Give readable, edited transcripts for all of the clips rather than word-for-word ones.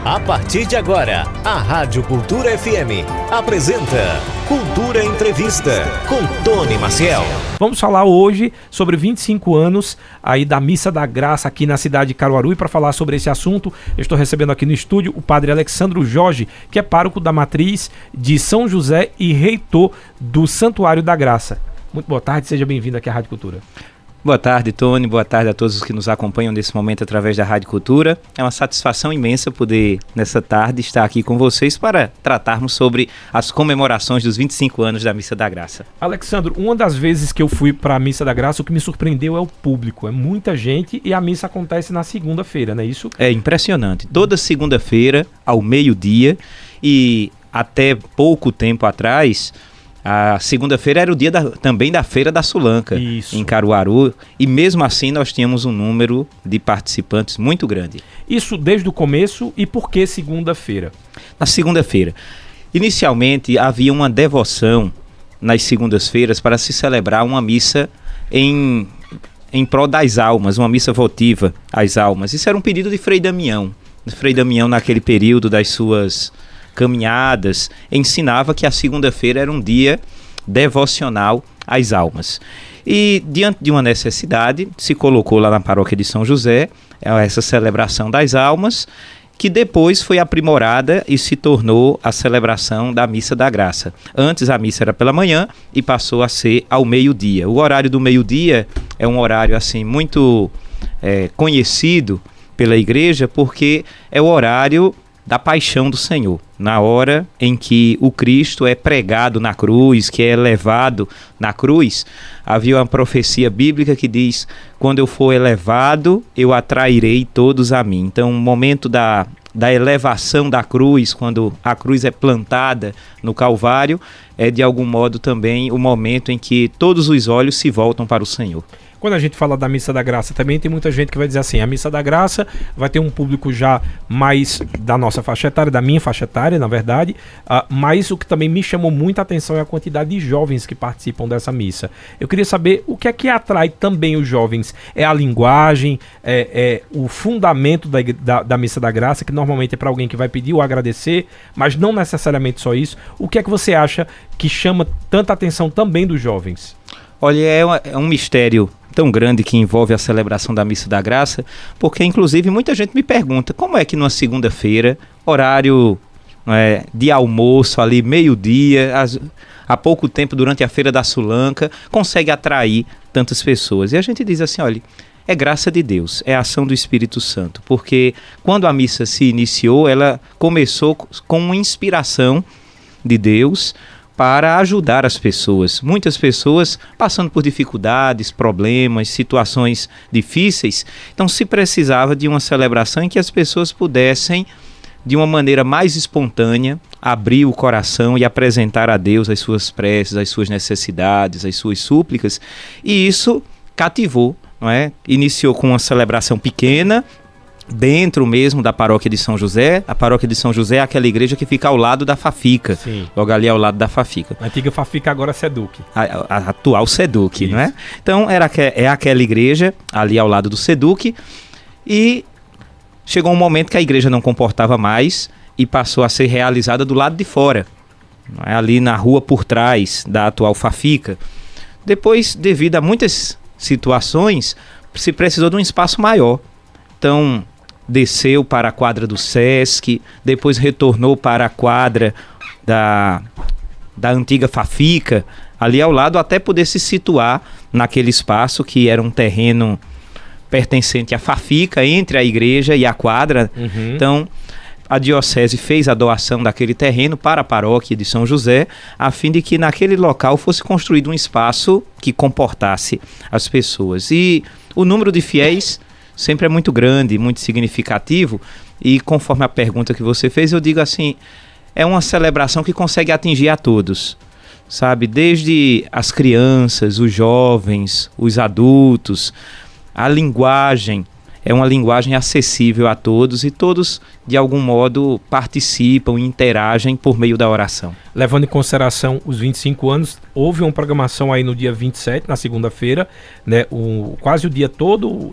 A partir de agora, a Rádio Cultura FM apresenta Cultura Entrevista com Tony Maciel. Vamos falar hoje sobre 25 anos aí da Missa da Graça aqui na cidade de Caruaru, e para falar sobre esse assunto, eu estou recebendo aqui no estúdio o padre Alexandro Jorge, que é pároco da Matriz de São José e reitor do Santuário da Graça. Muito boa tarde, seja bem-vindo aqui à Rádio Cultura. Boa tarde, Tony. Boa tarde a todos os que nos acompanham nesse momento através da Rádio Cultura. É uma satisfação imensa poder, nessa tarde, estar aqui com vocês para tratarmos sobre as comemorações dos 25 anos da Missa da Graça. Alexandro, uma das vezes que eu fui para a Missa da Graça, o que me surpreendeu é o público. É muita gente e a missa acontece na segunda-feira, não é isso? É impressionante. Toda segunda-feira, ao meio-dia, e até pouco tempo atrás, a segunda-feira era o dia também da Feira da Sulanca, isso, em Caruaru, e mesmo assim nós tínhamos um número de participantes muito grande. Isso desde o começo, e por que segunda-feira? Na segunda-feira, inicialmente havia uma devoção nas segundas-feiras para se celebrar uma missa em prol das almas, uma missa votiva às almas. Isso era um pedido de Frei Damião. Frei Damião, naquele período das suas caminhadas, ensinava que a segunda-feira era um dia devocional às almas. E diante de uma necessidade, se colocou lá na paróquia de São José essa celebração das almas, que depois foi aprimorada e se tornou a celebração da Missa da Graça. Antes a missa era pela manhã e passou a ser ao meio-dia. O horário do meio-dia é um horário assim muito conhecido pela igreja, porque é o horário da paixão do Senhor, na hora em que o Cristo é pregado na cruz, que é elevado na cruz. Havia uma profecia bíblica que diz: quando eu for elevado, eu atrairei todos a mim. Então, o momento da elevação da cruz, quando a cruz é plantada no Calvário, é de algum modo também o momento em que todos os olhos se voltam para o Senhor. Quando a gente fala da Missa da Graça também, tem muita gente que vai dizer assim: a Missa da Graça vai ter um público já mais da nossa faixa etária, da minha faixa etária, na verdade, mas o que também me chamou muita atenção é a quantidade de jovens que participam dessa missa. Eu queria saber o que é que atrai também os jovens. É a linguagem, é o fundamento da Missa da Graça, que normalmente é para alguém que vai pedir ou agradecer, mas não necessariamente só isso. O que é que você acha que chama tanta atenção também dos jovens? Olha, é um mistério tão grande que envolve a celebração da Missa da Graça, porque inclusive muita gente me pergunta como é que numa segunda-feira, horário de almoço ali, meio-dia, há pouco tempo durante a Feira da Sulanca, consegue atrair tantas pessoas. E a gente diz assim: olha, é graça de Deus, é ação do Espírito Santo, porque quando a missa se iniciou, ela começou com uma inspiração de Deus para ajudar as pessoas. Muitas pessoas passando por dificuldades, problemas, situações difíceis. Então se precisava de uma celebração em que as pessoas pudessem, de uma maneira mais espontânea, abrir o coração e apresentar a Deus as suas preces, as suas necessidades, as suas súplicas. E isso cativou, não é? Iniciou com uma celebração pequena, dentro mesmo da paróquia de São José. A paróquia de São José é aquela igreja que fica ao lado da Fafica. Sim. Logo ali ao lado da Fafica. A antiga Fafica, agora Seduc. A atual Seduc, não é? Então é aquela igreja ali ao lado do Seduc, e chegou um momento que a igreja não comportava mais e passou a ser realizada do lado de fora, não é? Ali na rua por trás da atual Fafica. Depois, devido a muitas situações, se precisou de um espaço maior. Então desceu para a quadra do Sesc, depois retornou para a quadra da antiga Fafica, ali ao lado, até poder se situar naquele espaço que era um terreno pertencente à Fafica, entre a igreja e a quadra. Uhum. Então a diocese fez a doação daquele terreno para a paróquia de São José, a fim de que naquele local fosse construído um espaço que comportasse as pessoas. E o número de fiéis sempre é muito grande, muito significativo, e conforme a pergunta que você fez, eu digo assim: é uma celebração que consegue atingir a todos, sabe? Desde as crianças, os jovens, os adultos. A linguagem é uma linguagem acessível a todos e todos, de algum modo, participam e interagem por meio da oração. Levando em consideração os 25 anos, houve uma programação aí no dia 27, na segunda-feira, né, quase o dia todo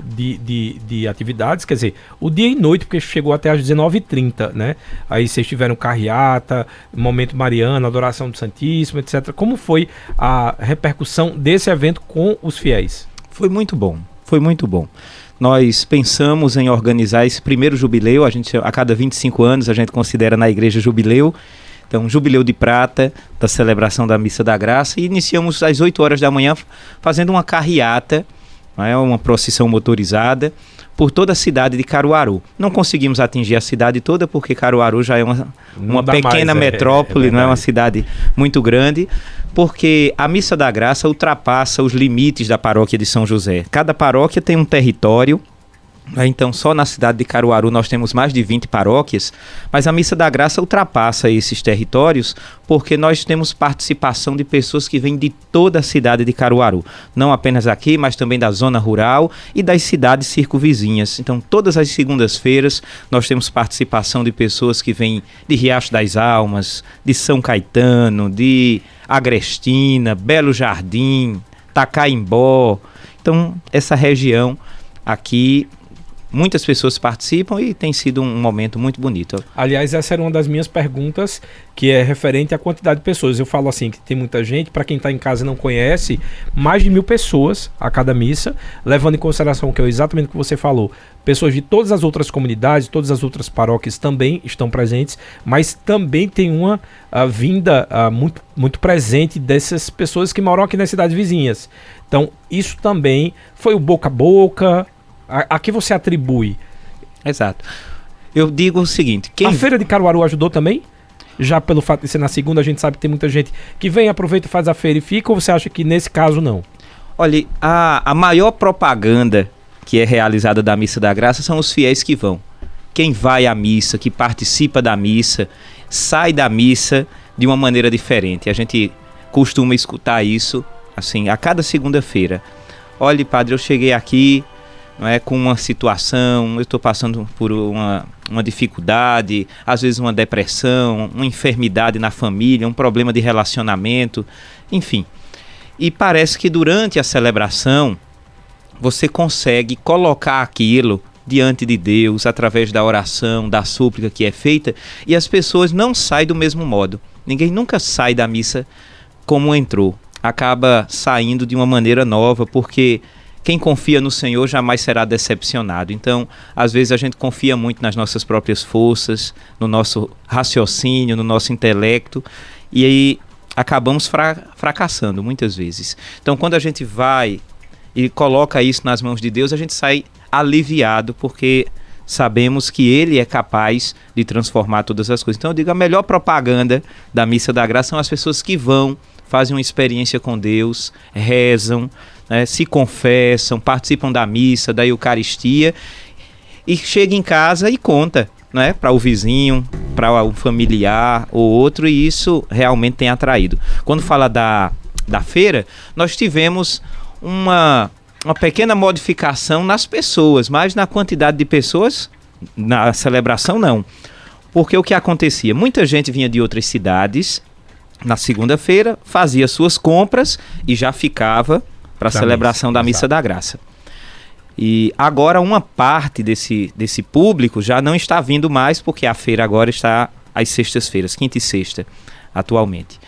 de atividades, quer dizer, o dia e noite, porque chegou até às 19h30, né? Aí vocês tiveram carreata, momento mariano, adoração do Santíssimo, etc. Como foi a repercussão desse evento com os fiéis? Foi muito bom, foi muito bom. Nós pensamos em organizar esse primeiro jubileu, a cada 25 anos a gente considera na igreja jubileu, então jubileu de prata da celebração da Missa da Graça, e iniciamos às 8 horas da manhã fazendo uma carreata, uma procissão motorizada, por toda a cidade de Caruaru. Não conseguimos atingir a cidade toda, porque Caruaru já é uma pequena metrópole, não é uma cidade muito grande, porque a Missa da Graça ultrapassa os limites da paróquia de São José. Cada paróquia tem um território, então só na cidade de Caruaru nós temos mais de 20 paróquias, mas a Missa da Graça ultrapassa esses territórios porque nós temos participação de pessoas que vêm de toda a cidade de Caruaru, não apenas aqui, mas também da zona rural e das cidades circunvizinhas. Então todas as segundas-feiras nós temos participação de pessoas que vêm de Riacho das Almas, de São Caetano, de Agrestina, Belo Jardim, Tacaimbó. Então essa região aqui, muitas pessoas participam e tem sido um momento muito bonito. Aliás, essa era uma das minhas perguntas, que é referente à quantidade de pessoas. Eu falo assim, que tem muita gente, para quem está em casa e não conhece, mais de 1.000 pessoas a cada missa, levando em consideração que é exatamente o que você falou. Pessoas de todas as outras comunidades, todas as outras paróquias também estão presentes, mas também tem uma vinda muito, muito presente dessas pessoas que moram aqui nas cidades vizinhas. Então, isso também foi o boca a boca. A que você atribui? Exato. Eu digo o seguinte... A Feira de Caruaru ajudou também? Já pelo fato de ser na segunda, a gente sabe que tem muita gente que vem, aproveita e faz a feira e fica, ou você acha que nesse caso não? Olha, a maior propaganda que é realizada da Missa da Graça são os fiéis que vão. Quem vai à missa, que participa da missa, sai da missa de uma maneira diferente. A gente costuma escutar isso, assim, a cada segunda-feira. Olha, padre, eu cheguei aqui... não é, com uma situação, eu estou passando por uma dificuldade, às vezes uma depressão, uma enfermidade na família, um problema de relacionamento, enfim. E parece que durante a celebração você consegue colocar aquilo diante de Deus, através da oração, da súplica que é feita, e as pessoas não saem do mesmo modo. Ninguém nunca sai da missa como entrou. Acaba saindo de uma maneira nova, porque... quem confia no Senhor jamais será decepcionado. Então, às vezes a gente confia muito nas nossas próprias forças, no nosso raciocínio, no nosso intelecto, e aí acabamos fracassando muitas vezes. Então, quando a gente vai e coloca isso nas mãos de Deus, a gente sai aliviado, porque sabemos que Ele é capaz de transformar todas as coisas. Então, eu digo, a melhor propaganda da Missa da Graça são as pessoas que vão, fazem uma experiência com Deus, rezam, se confessam, participam da missa, da Eucaristia, e chega em casa e conta, para o vizinho, para um familiar ou outro, e isso realmente tem atraído. Quando fala da feira, nós tivemos uma pequena modificação nas pessoas, mas na quantidade de pessoas, na celebração não. Porque o que acontecia? Muita gente vinha de outras cidades na segunda-feira, fazia suas compras e já ficava para a celebração da Missa da Graça. E agora uma parte desse público já não está vindo mais, porque a feira agora está às sextas-feiras, quinta e sexta, atualmente.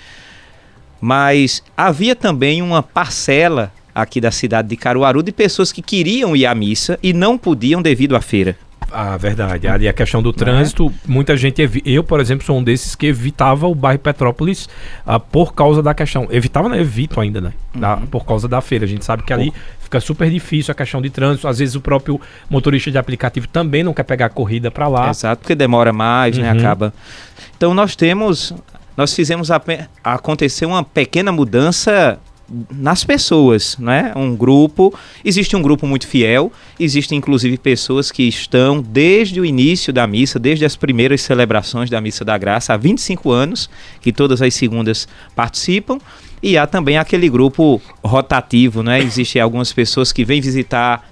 Mas havia também uma parcela aqui da cidade de Caruaru de pessoas que queriam ir à missa e não podiam devido à feira. Ah, verdade. Ali a questão do trânsito, muita gente... Eu, por exemplo, sou um desses que evitava o bairro Petrópolis por causa da questão... Evito ainda, né? Por causa da feira. A gente sabe que ali fica super difícil a questão de trânsito. Às vezes o próprio motorista de aplicativo também não quer pegar a corrida para lá. Exato, porque demora mais, né? Acaba... Então nós fizemos acontecer uma pequena mudança nas pessoas, né? Existe um grupo muito fiel, existem inclusive pessoas que estão desde o início da missa, desde as primeiras celebrações da Missa da Graça, há 25 anos, que todas as segundas participam, e há também aquele grupo rotativo, né? Existem algumas pessoas que vêm visitar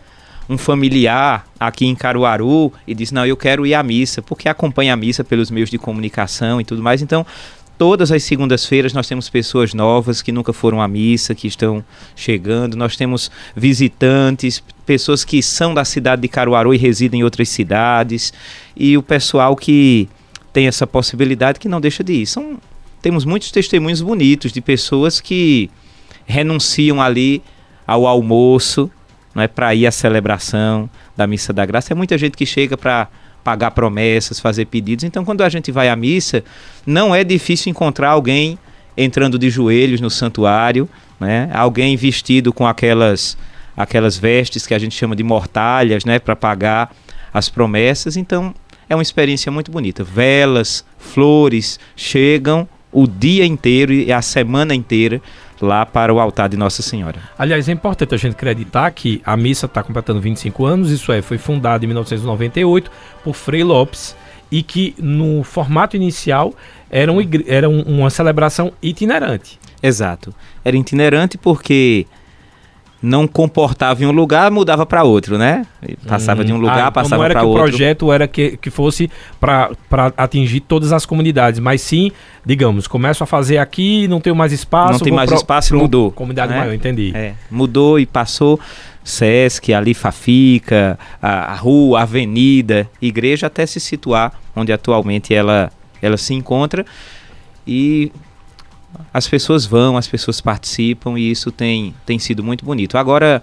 um familiar aqui em Caruaru e diz, não, eu quero ir à missa, porque acompanha a missa pelos meios de comunicação e tudo mais. Então, todas as segundas-feiras nós temos pessoas novas que nunca foram à missa, que estão chegando. Nós temos visitantes, pessoas que são da cidade de Caruaru e residem em outras cidades. E o pessoal que tem essa possibilidade que não deixa de ir. Temos muitos testemunhos bonitos de pessoas que renunciam ali ao almoço, não é, para ir à celebração da Missa da Graça. É muita gente que chega para pagar promessas, fazer pedidos. Então, quando a gente vai à missa, não é difícil encontrar alguém entrando de joelhos no santuário, né? Alguém vestido com aquelas vestes que a gente chama de mortalhas, né? Para pagar as promessas. Então, é uma experiência muito bonita. Velas, flores chegam o dia inteiro e a semana inteira lá para o altar de Nossa Senhora. Aliás, é importante a gente acreditar que a missa está completando 25 anos, isso é, foi fundada em 1998 por Frei Lopes, e que no formato inicial era uma celebração itinerante. Exato. Era itinerante porque não comportava em um lugar, mudava para outro, né? Passava de um lugar, passava para outro. Não era que o projeto era que fosse para atingir todas as comunidades, mas sim, digamos, começo a fazer aqui, não tenho mais espaço. Não tem mais espaço e mudou. Comunidade maior, entendi. Mudou e passou Sesc, ali Fafica, a rua, a avenida, igreja, até se situar onde atualmente ela se encontra. E as pessoas vão, as pessoas participam e isso tem sido muito bonito. Agora,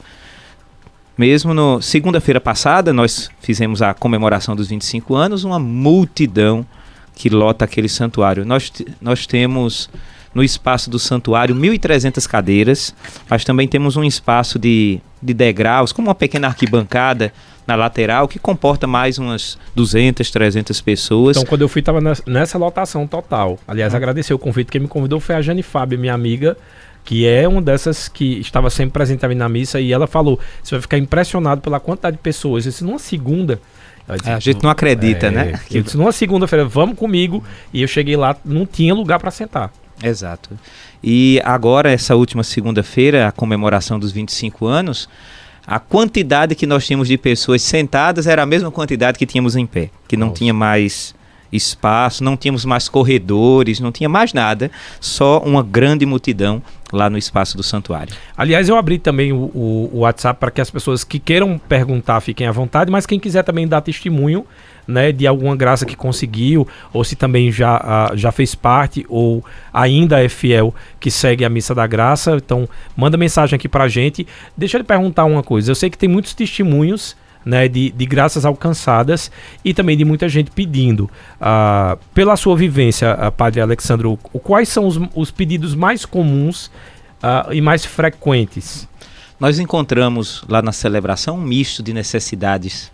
mesmo segunda-feira passada, nós fizemos a comemoração dos 25 anos, uma multidão que lota aquele santuário. Nós temos no espaço do santuário 1.300 cadeiras, mas também temos um espaço de degraus, como uma pequena arquibancada na lateral, que comporta mais umas 200, 300 pessoas. Então, quando eu fui, estava nessa lotação total. Aliás, agradecer o convite. Quem me convidou foi a Jane Fábio, minha amiga, que é uma dessas que estava sempre presente também na missa, e ela falou, você vai ficar impressionado pela quantidade de pessoas. Eu disse, numa segunda... a gente não acredita, né? Eu disse, numa segunda-feira, vamos comigo, e eu cheguei lá, não tinha lugar para sentar. Exato. E agora, essa última segunda-feira, a comemoração dos 25 anos, a quantidade que nós tínhamos de pessoas sentadas era a mesma quantidade que tínhamos em pé, que não tinha mais espaço, não tínhamos mais corredores, não tinha mais nada, só uma grande multidão lá no espaço do santuário. Aliás, eu abri também o WhatsApp para que as pessoas que queiram perguntar fiquem à vontade, mas quem quiser também dar testemunho, né, de alguma graça que conseguiu, ou se também já fez parte, ou ainda é fiel, que segue a Missa da Graça, então manda mensagem aqui pra gente. Deixa eu lhe perguntar uma coisa, eu sei que tem muitos testemunhos, né, de graças alcançadas e também de muita gente pedindo. Pela sua vivência, Padre Alexandro, quais são os pedidos mais comuns e mais frequentes? Nós encontramos lá na celebração um misto de necessidades,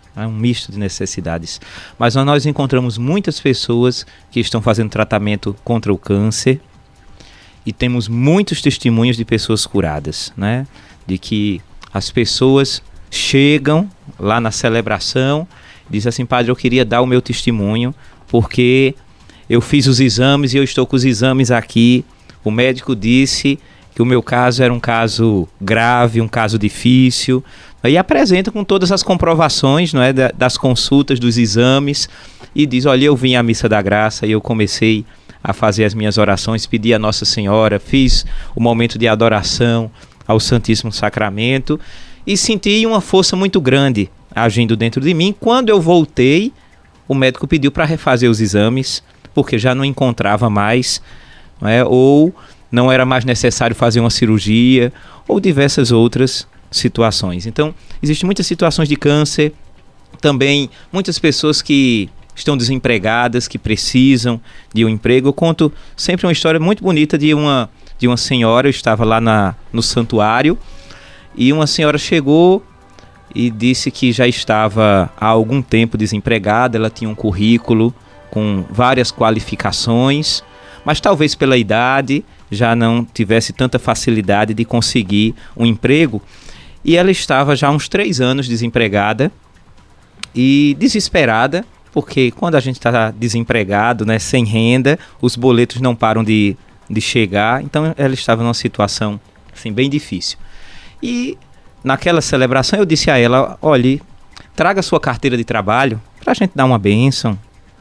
mas nós encontramos muitas pessoas que estão fazendo tratamento contra o câncer e temos muitos testemunhos de pessoas curadas, né? De que as pessoas chegam lá na celebração, dizem assim, padre, eu queria dar o meu testemunho porque eu fiz os exames e eu estou com os exames aqui, o médico disse que o meu caso era um caso grave, um caso difícil, e apresenta com todas as comprovações, não é, das consultas, dos exames, e diz, olha, eu vim à Missa da Graça e eu comecei a fazer as minhas orações, pedi a Nossa Senhora, fiz o momento de adoração ao Santíssimo Sacramento e senti uma força muito grande agindo dentro de mim. Quando eu voltei, o médico pediu para refazer os exames, porque já não encontrava mais, não é, ou não era mais necessário fazer uma cirurgia, ou diversas outras situações. Então, existem muitas situações de câncer, também muitas pessoas que estão desempregadas, que precisam de um emprego. Eu conto sempre uma história muito bonita de uma senhora, eu estava lá no santuário, e uma senhora chegou e disse que já estava há algum tempo desempregada, ela tinha um currículo com várias qualificações, mas talvez pela idade já não tivesse tanta facilidade de conseguir um emprego, e ela estava já há uns 3 anos desempregada e desesperada, porque quando a gente está desempregado, né, sem renda, os boletos não param de chegar, então ela estava numa situação assim, bem difícil. E naquela celebração eu disse a ela, olhe, traga sua carteira de trabalho para a gente dar uma bênção.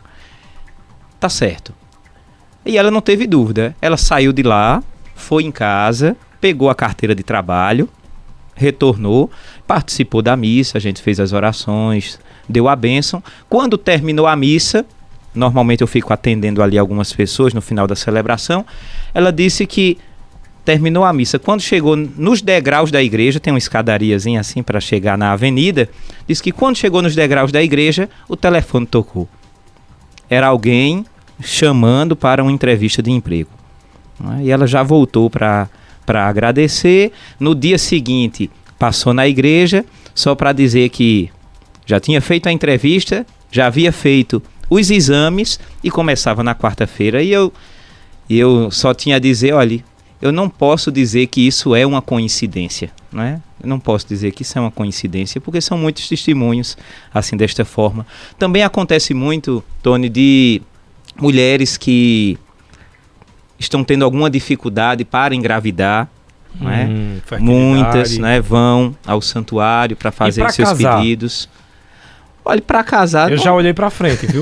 Tá certo. E ela não teve dúvida. Ela saiu de lá, foi em casa, pegou a carteira de trabalho, retornou, participou da missa, a gente fez as orações, deu a bênção. Quando terminou a missa, normalmente eu fico atendendo ali algumas pessoas no final da celebração, ela disse que terminou a missa. Quando chegou nos degraus da igreja, tem uma escadariazinha assim para chegar na avenida, disse que quando chegou nos degraus da igreja, o telefone tocou. Era alguém chamando para uma entrevista de emprego. E ela já voltou para agradecer. No dia seguinte, passou na igreja, só para dizer que já tinha feito a entrevista, já havia feito os exames e começava na quarta-feira. E eu só tinha a dizer, olha, eu não posso dizer que isso é uma coincidência, não é? Eu não posso dizer que isso é uma coincidência, porque são muitos testemunhos assim desta forma. Também acontece muito, Tony, de mulheres que estão tendo alguma dificuldade para engravidar, não é? Muitas, né, vão ao santuário para fazer os seus pedidos. Olha, para casar... Eu já olhei para frente, viu?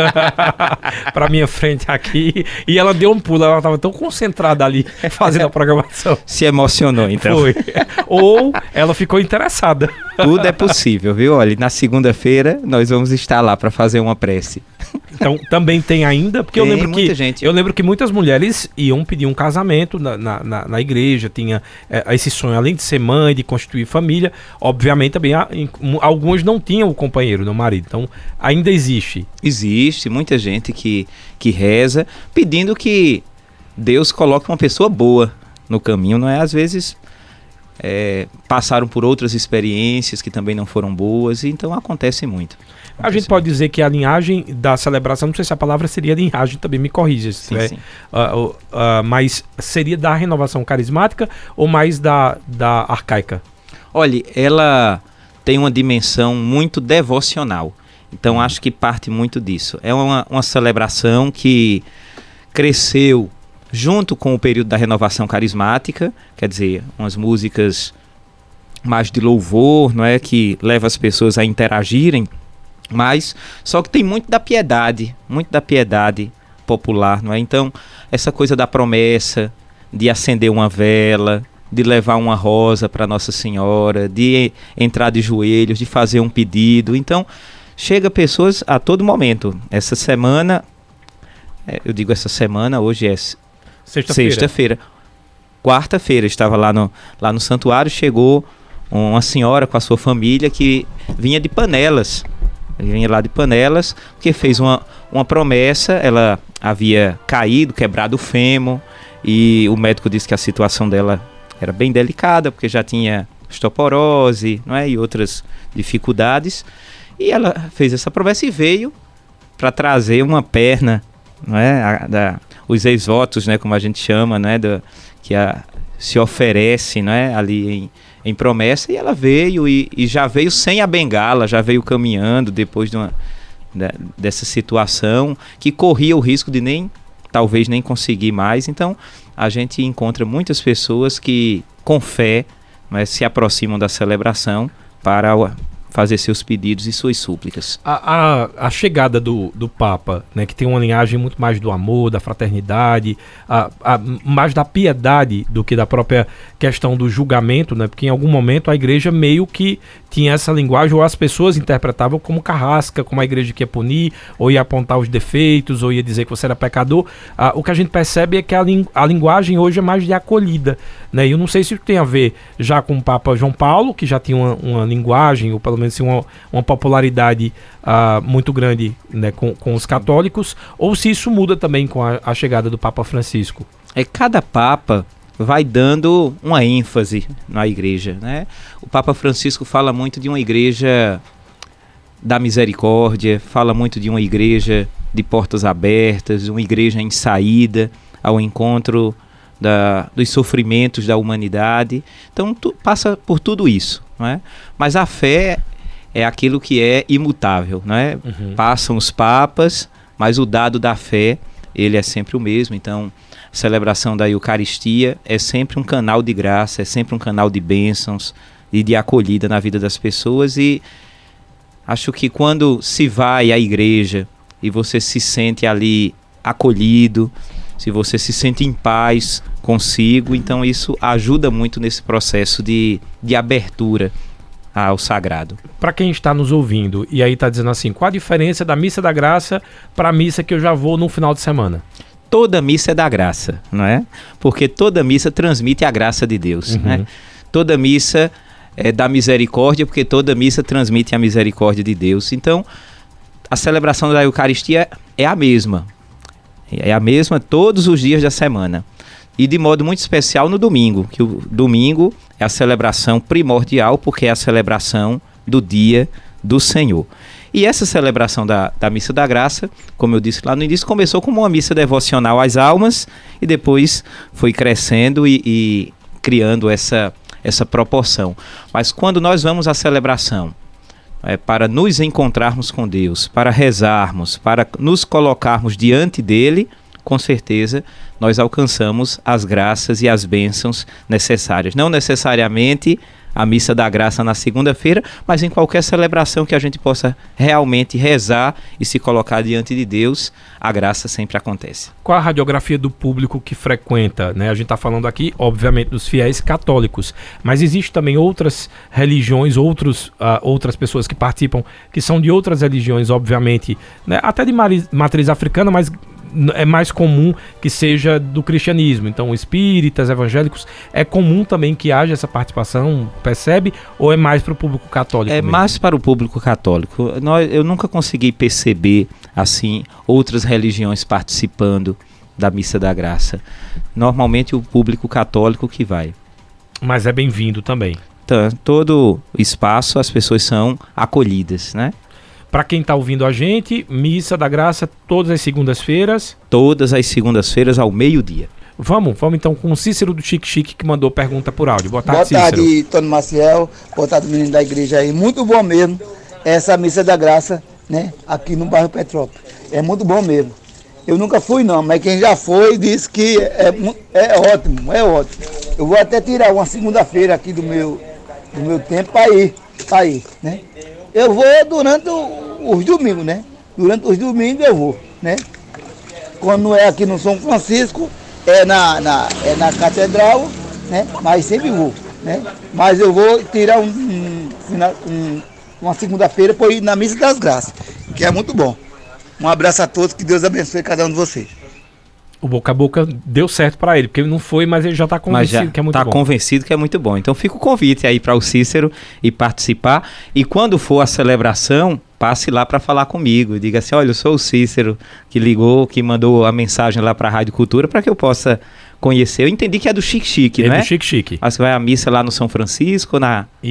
Para minha frente aqui. E ela deu um pulo, ela estava tão concentrada ali fazendo a programação. Se emocionou, então. Foi. Ou ela ficou interessada. Tudo é possível, viu? Olha, na segunda-feira nós vamos estar lá para fazer uma prece. Então, também tem ainda, porque tem, eu lembro que muitas mulheres iam pedir um casamento na igreja, tinha esse sonho, além de ser mãe, de constituir família, obviamente também algumas não tinham o companheiro, o marido, então ainda existe. Existe muita gente que reza, pedindo que Deus coloque uma pessoa boa no caminho, não é? Às vezes passaram por outras experiências que também não foram boas, então acontece muito. A gente pode dizer que a linhagem da celebração, não sei se a palavra seria linhagem, também me corrija, se tiver, sim. Mas seria da renovação carismática ou mais da arcaica? Olha, ela tem uma dimensão muito devocional, então acho que parte muito disso. É uma celebração que cresceu junto com o período da renovação carismática, quer dizer, umas músicas mais de louvor, não é, que leva as pessoas a interagirem, mas só que tem muito da piedade popular, não é? Então, essa coisa da promessa, de acender uma vela, de levar uma rosa para Nossa Senhora, de entrar de joelhos, de fazer um pedido. Então, chega pessoas a todo momento. Essa semana, eu digo essa semana, hoje é sexta-feira. Quarta-feira, estava lá no santuário, chegou uma senhora com a sua família que vinha de Panelas. Vinha lá de Panelas, porque fez uma promessa. Ela havia caído, quebrado o fêmur, e o médico disse que a situação dela era bem delicada, porque já tinha osteoporose, não é? E outras dificuldades. E ela fez essa promessa e veio para trazer uma perna, não é? Os ex-votos, né, como a gente chama, né, que se oferece, não é? Ali em promessa, e ela veio e já veio sem a bengala, já veio caminhando depois dessa situação, que corria o risco de talvez nem conseguir mais. Então a gente encontra muitas pessoas que com fé, mas se aproximam da celebração para fazer seus pedidos e suas súplicas. A chegada do Papa, né, que tem uma linhagem muito mais do amor, da fraternidade, mais da piedade do que da própria questão do julgamento, né, porque em algum momento a igreja meio que tinha essa linguagem, ou as pessoas interpretavam como carrasca, como a igreja que ia punir, ou ia apontar os defeitos, ou ia dizer que você era pecador. O que a gente percebe é que a linguagem hoje é mais de acolhida, né, e eu não sei se isso tem a ver já com o Papa João Paulo, que já tinha uma linguagem, ou pelo menos uma popularidade muito grande, né, com os católicos, ou se isso muda também com a chegada do Papa Francisco. Cada Papa vai dando uma ênfase na igreja, né? O Papa Francisco fala muito de uma igreja da misericórdia, fala muito de uma igreja de portas abertas, uma igreja em saída ao encontro dos sofrimentos da humanidade. Então passa por tudo isso, não é? Mas a fé é aquilo que é imutável, não é? Uhum. Passam os papas, mas o dado da fé, ele é sempre o mesmo. Então a celebração da Eucaristia é sempre um canal de graça, é sempre um canal de bênçãos, e de acolhida na vida das pessoas. E acho que quando se vai à igreja e você se sente ali acolhido, se você se sente em paz consigo, então isso ajuda muito nesse processo de abertura ao sagrado. Para quem está nos ouvindo e aí está dizendo assim, qual a diferença da missa da graça para a missa que eu já vou no final de semana? Toda missa é da graça, não é? Porque toda missa transmite a graça de Deus, né? Toda missa é da misericórdia, porque toda missa transmite a misericórdia de Deus. Então, a celebração da Eucaristia é a mesma. É a mesma todos os dias da semana. E de modo muito especial no domingo, que o domingo é a celebração primordial, porque é a celebração do dia do Senhor. E essa celebração da Missa da Graça, como eu disse lá no início, começou como uma missa devocional às almas e depois foi crescendo e criando essa proporção. Mas quando nós vamos à celebração para nos encontrarmos com Deus, para rezarmos, para nos colocarmos diante dele, com certeza nós alcançamos as graças e as bênçãos necessárias. Não necessariamente a missa da graça na segunda-feira, mas em qualquer celebração que a gente possa realmente rezar e se colocar diante de Deus, a graça sempre acontece. Qual a radiografia do público que frequenta, né? A gente está falando aqui, obviamente, dos fiéis católicos, mas existe também outras religiões, outras pessoas que participam, que são de outras religiões, obviamente, né? Até de matriz africana, mas é mais comum que seja do cristianismo. Então, espíritas, evangélicos, é comum também que haja essa participação, percebe? Ou é mais para o público católico? É mesmo? Mais para o público católico. Eu nunca consegui perceber, assim, outras religiões participando da Missa da Graça. Normalmente o público católico que vai. Mas é bem-vindo também. Então, todo espaço as pessoas são acolhidas, né? Para quem está ouvindo a gente, Missa da Graça todas as segundas-feiras. Todas as segundas-feiras ao meio-dia. Vamos então com o Cícero do Chique Chique, que mandou pergunta por áudio. Boa tarde, Cícero. Boa tarde, Cícero. Tony Maciel. Boa tarde, menino da igreja aí. Muito bom mesmo essa Missa da Graça, né? Aqui no bairro Petrópolis. É muito bom mesmo. Eu nunca fui não, mas quem já foi disse que é ótimo, é ótimo. Eu vou até tirar uma segunda-feira aqui do meu tempo para ir, né? Eu vou durante os domingos, né? Durante os domingos eu vou, né? Quando não é aqui no São Francisco, é na Catedral, né? Mas sempre vou, né? Mas eu vou tirar uma segunda-feira para ir na Missa das Graças, que é muito bom. Um abraço a todos, que Deus abençoe cada um de vocês. O boca a boca deu certo para ele, porque ele não foi, mas ele já está convencido que é muito bom. Está convencido que é muito bom. Então fica o convite aí para o Cícero e participar. E quando for a celebração, passe lá para falar comigo. E diga assim, olha, eu sou o Cícero que ligou, que mandou a mensagem lá para a Rádio Cultura para que eu possa conhecer. Eu entendi que é do Chique Chique, né? É do Chique Chique. Mas vai à missa lá no São Francisco,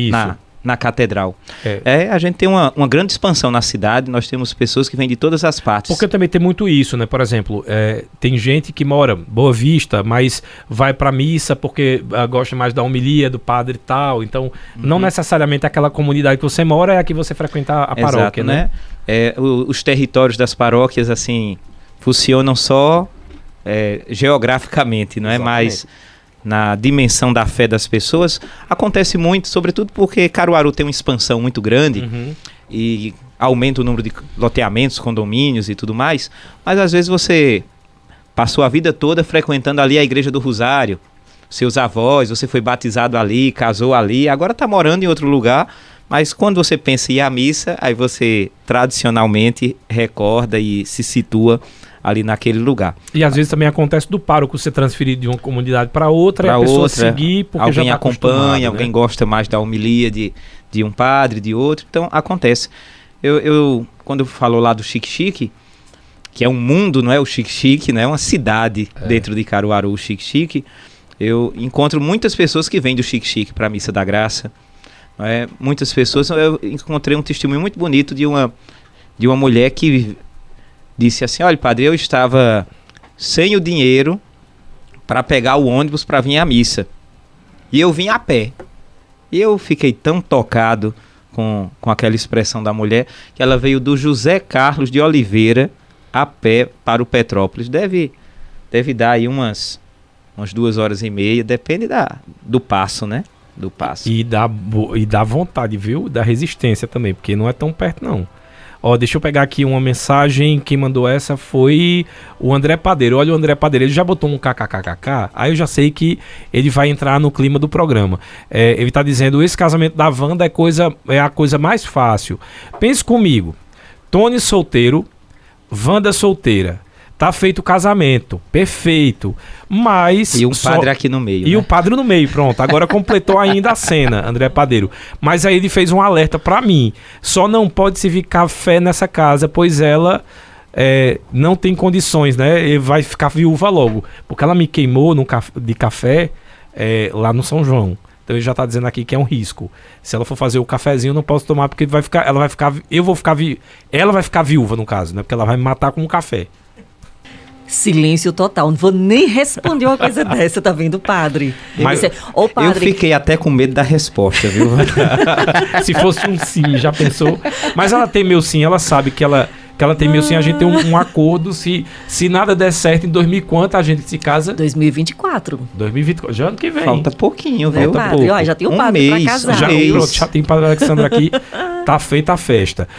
na Catedral. A gente tem uma grande expansão na cidade, nós temos pessoas que vêm de todas as partes. Porque também tem muito isso, né? Por exemplo, tem gente que mora Boa Vista, mas vai pra missa porque gosta mais da homilia do padre e tal. Então, não necessariamente aquela comunidade que você mora é a que você frequenta a paróquia, né? Os territórios das paróquias, assim, funcionam só geograficamente, não é? Exatamente. Mas na dimensão da fé das pessoas, acontece muito, sobretudo porque Caruaru tem uma expansão muito grande e aumenta o número de loteamentos, condomínios e tudo mais, mas às vezes você passou a vida toda frequentando ali a Igreja do Rosário, seus avós, você foi batizado ali, casou ali, agora está morando em outro lugar, mas quando você pensa em ir à missa, aí você tradicionalmente recorda e se situa ali naquele lugar. E às vezes também acontece do pároco ser transferido de uma comunidade para outra, e a pessoa seguir porque alguém já tá acompanha, né? Alguém gosta mais da homilia de um padre, de outro, então acontece. Eu quando falou lá do Chique Chique, que é um mundo, não é o Chique Chique, não é uma cidade dentro de Caruaru, o Chique Chique, eu encontro muitas pessoas que vêm do Chique Chique para a Missa da Graça, não é? Muitas pessoas, eu encontrei um testemunho muito bonito de uma mulher que disse assim, olha padre, eu estava sem o dinheiro para pegar o ônibus para vir à missa. E eu vim a pé. E eu fiquei tão tocado com aquela expressão da mulher, que ela veio do José Carlos de Oliveira a pé para o Petrópolis. Deve dar aí umas 2 horas e meia, depende do passo, né? do passo. E dá vontade, viu? Da resistência também, porque não é tão perto, não. Ó, deixa eu pegar aqui uma mensagem. Quem mandou essa foi o André Padeiro. Olha o André Padeiro, ele já botou um kkkk. Aí eu já sei que ele vai entrar no clima do programa. Ele tá dizendo, esse casamento da Wanda é a coisa mais fácil. Pense comigo. Tony solteiro, Wanda solteira. Tá feito o casamento, perfeito. Mas... E um padre aqui no meio. E né? o padre no meio, pronto. Agora completou ainda a cena, André Padeiro. Mas aí ele fez um alerta pra mim. Só não pode se vir café nessa casa, pois ela não tem condições, né? E vai ficar viúva logo. Porque ela me queimou de café lá no São João. Então ele já tá dizendo aqui que é um risco. Se ela for fazer o cafezinho, eu não posso tomar, porque ela vai ficar viúva, no caso, né? Porque ela vai me matar com o café. Silêncio total, não vou nem responder uma coisa dessa, tá vendo, padre? Mas padre? Eu fiquei até com medo da resposta, viu? Se fosse um sim, já pensou? Mas ela tem meu sim, ela sabe que ela tem meu sim, a gente tem um acordo, se nada der certo em 2000 quanto a gente se casa? 2024. 2024, já ano que vem. Falta pouquinho, viu? Falta Padre, ó, já tem um padre pra casar. Já tem padre Alexandre aqui, tá feita a festa.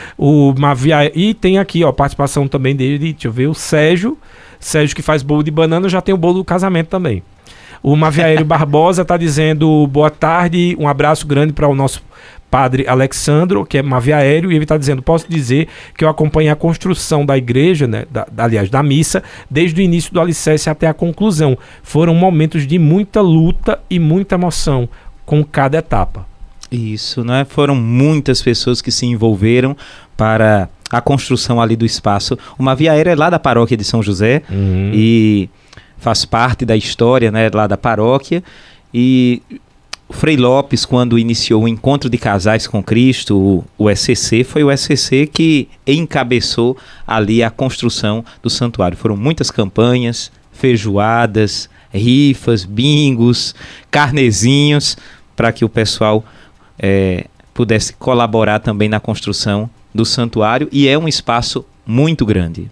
E tem aqui, ó, participação também dele, deixa eu ver, o Sérgio que faz bolo de banana, já tem o bolo do casamento também. O Maviaério Barbosa tá dizendo boa tarde, um abraço grande para o nosso padre Alexandro, que é Maviaério, e ele tá dizendo, posso dizer que eu acompanhei a construção da igreja, né, da missa, desde o início do alicerce até a conclusão. Foram momentos de muita luta e muita emoção com cada etapa. Isso, né? Foram muitas pessoas que se envolveram para a construção ali do espaço. O Maviaério é lá da paróquia de São José e faz parte da história, né, lá da paróquia. E o Frei Lopes, quando iniciou o Encontro de Casais com Cristo, o ECC, foi o ECC que encabeçou ali a construção do santuário. Foram muitas campanhas, feijoadas, rifas, bingos, carnezinhos, para que o pessoal pudesse colaborar também na construção do santuário, e é um espaço muito grande,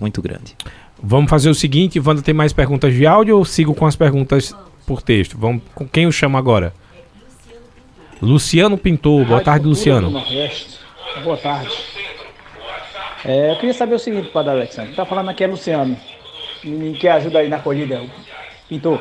Vamos fazer o seguinte, Wanda, tem mais perguntas de áudio ou sigo com as perguntas por texto? Vamos, com quem eu chamo agora? Luciano Pintor. Boa tarde, Luciano. Boa tarde. Eu queria saber o seguinte, padre Alexandre, tá falando aqui é Luciano, menino que ajuda aí na acolhida, Pintor.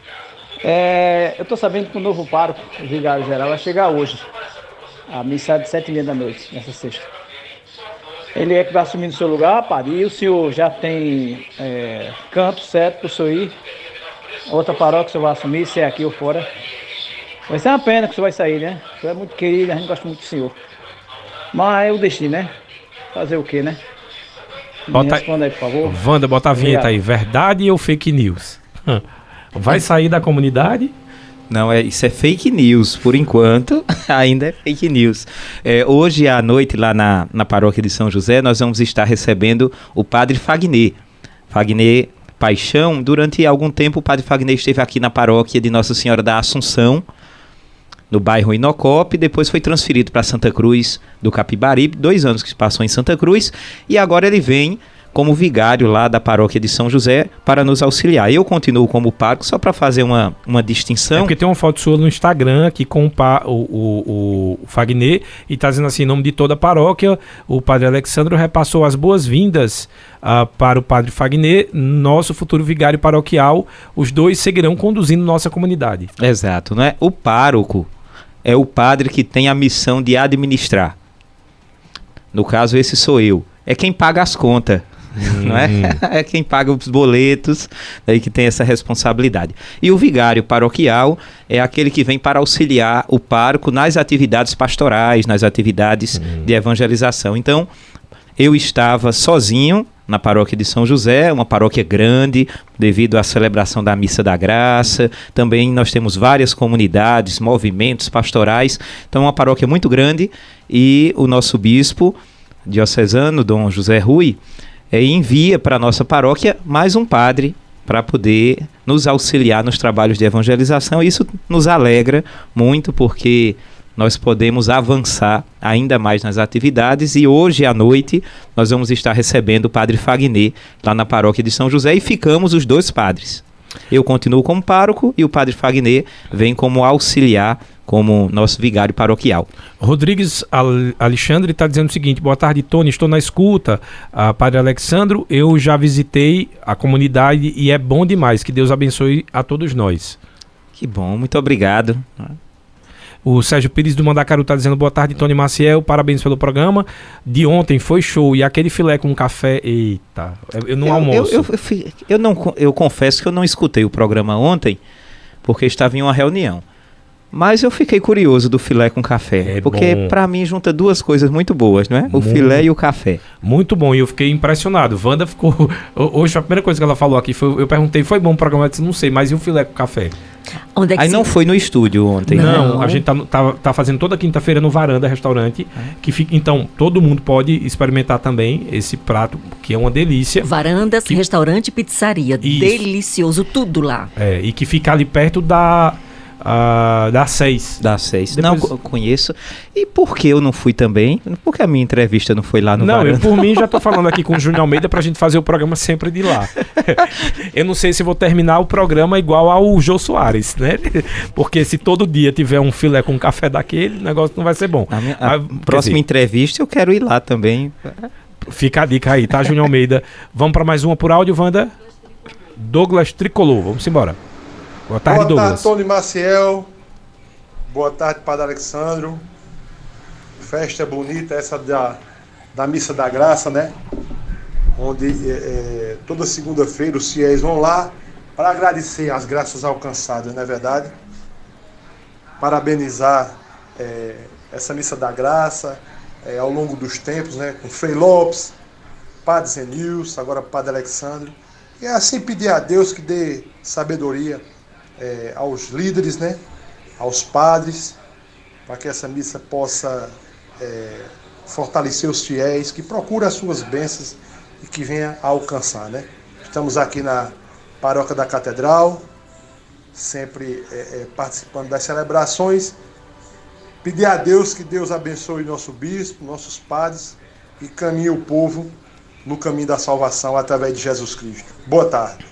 Eu tô sabendo que o novo pároco, o vigário geral, vai chegar hoje. A missa é de 7h30 da noite, nessa sexta. Ele é que vai assumir no seu lugar, padre, e o senhor já tem canto certo para o senhor ir? Outra paróquia que o senhor vai assumir, se é aqui ou fora? Vai ser uma pena que o senhor vai sair, né? O senhor é muito querido, a gente gosta muito do senhor. Mas é o destino, né? Fazer o quê, né? Responda aí, por favor. Wanda, bota a vinheta aí. Verdade ou fake news? Vai sair da comunidade? Não, isso é fake news, por enquanto, ainda é fake news. Hoje à noite, lá na paróquia de São José, nós vamos estar recebendo o padre Fagner Paixão. Durante algum tempo, o padre Fagner esteve aqui na paróquia de Nossa Senhora da Assunção, no bairro Inocope, depois foi transferido para Santa Cruz do Capibaribe, 2 anos que passou em Santa Cruz, e agora ele vem como vigário lá da paróquia de São José para nos auxiliar. Eu continuo como pároco, só para fazer uma distinção. Porque tem uma foto sua no Instagram aqui com o Fagner, e está dizendo assim, em nome de toda a paróquia, o padre Alexandre repassou as boas-vindas para o padre Fagner, nosso futuro vigário paroquial. Os dois seguirão conduzindo nossa comunidade. Exato, né? O pároco é o padre que tem a missão de administrar. No caso, esse sou eu. É quem paga as contas. Não é? É quem paga os boletos, daí que tem essa responsabilidade. E o vigário paroquial é aquele que vem para auxiliar o pároco nas atividades pastorais, nas atividades de evangelização. Então, eu estava sozinho na paróquia de São José, uma paróquia grande, devido à celebração da Missa da Graça. Também nós temos várias comunidades, movimentos pastorais. Então, é uma paróquia muito grande, e o nosso bispo diocesano, Dom José Rui, envia para a nossa paróquia mais um padre para poder nos auxiliar nos trabalhos de evangelização. Isso nos alegra muito, porque nós podemos avançar ainda mais nas atividades, e hoje à noite nós vamos estar recebendo o padre Fagner lá na paróquia de São José, e ficamos os 2 padres. Eu continuo como pároco e o padre Fagner vem como auxiliar como nosso vigário paroquial. Rodrigues Alexandre está dizendo o seguinte: boa tarde, Tony, estou na escuta. Padre Alexandro, eu já visitei a comunidade e é bom demais, que Deus abençoe a todos nós. Que bom, muito obrigado. O Sérgio Pires do Mandacaru está dizendo boa tarde, Tony Maciel, parabéns pelo programa. De ontem foi show, e aquele filé com café, eita, eu não almoço. Eu confesso que eu não escutei o programa ontem, porque estava em uma reunião. Mas eu fiquei curioso do filé com café, porque para mim junta duas coisas muito boas, não é? O filé e o café. Muito bom, e eu fiquei impressionado. Wanda ficou... Hoje a primeira coisa que ela falou aqui foi... Eu perguntei, foi bom o programa? Eu disse, não sei, mas e o filé com café? Onde é que não foi no estúdio ontem. Não, a gente tá fazendo toda quinta-feira no Varanda Restaurante, que fica... Então, todo mundo pode experimentar também esse prato, que é uma delícia. Varandas, restaurante e pizzaria. Isso. Delicioso, tudo lá. E que fica ali perto da 6. Da 6. Depois... Não, eu conheço. E por que eu não fui também? Por que a minha entrevista não foi lá no Varanda? Não, por mim já tô falando aqui com o Júnior Almeida pra gente fazer o programa sempre de lá. Eu não sei se vou terminar o programa igual ao Jô Soares, né? Porque se todo dia tiver um filé com café daquele, o negócio não vai ser bom. A próxima entrevista eu quero ir lá também. Fica a dica aí, tá, Júnior Almeida? Vamos pra mais uma por áudio, Wanda? Douglas Tricolor, vamos embora. Boa tarde, Douglas. Boa tarde, Tony Maciel. Boa tarde, Padre Alexandro. Festa bonita essa da Missa da Graça, né? Onde toda segunda-feira os fiéis vão lá para agradecer as graças alcançadas, não é verdade? Parabenizar essa Missa da Graça ao longo dos tempos, né? Com Frei Lopes, Padre Zenilson, agora Padre Alexandre. E assim pedir a Deus que dê sabedoria aos líderes, né, aos padres, para que essa missa possa fortalecer os fiéis, que procura as suas bênçãos e que venha a alcançar, né? Estamos aqui na Paróquia da Catedral, sempre participando das celebrações. Pedir a Deus que Deus abençoe nosso bispo, nossos padres e caminhe o povo no caminho da salvação através de Jesus Cristo. Boa tarde.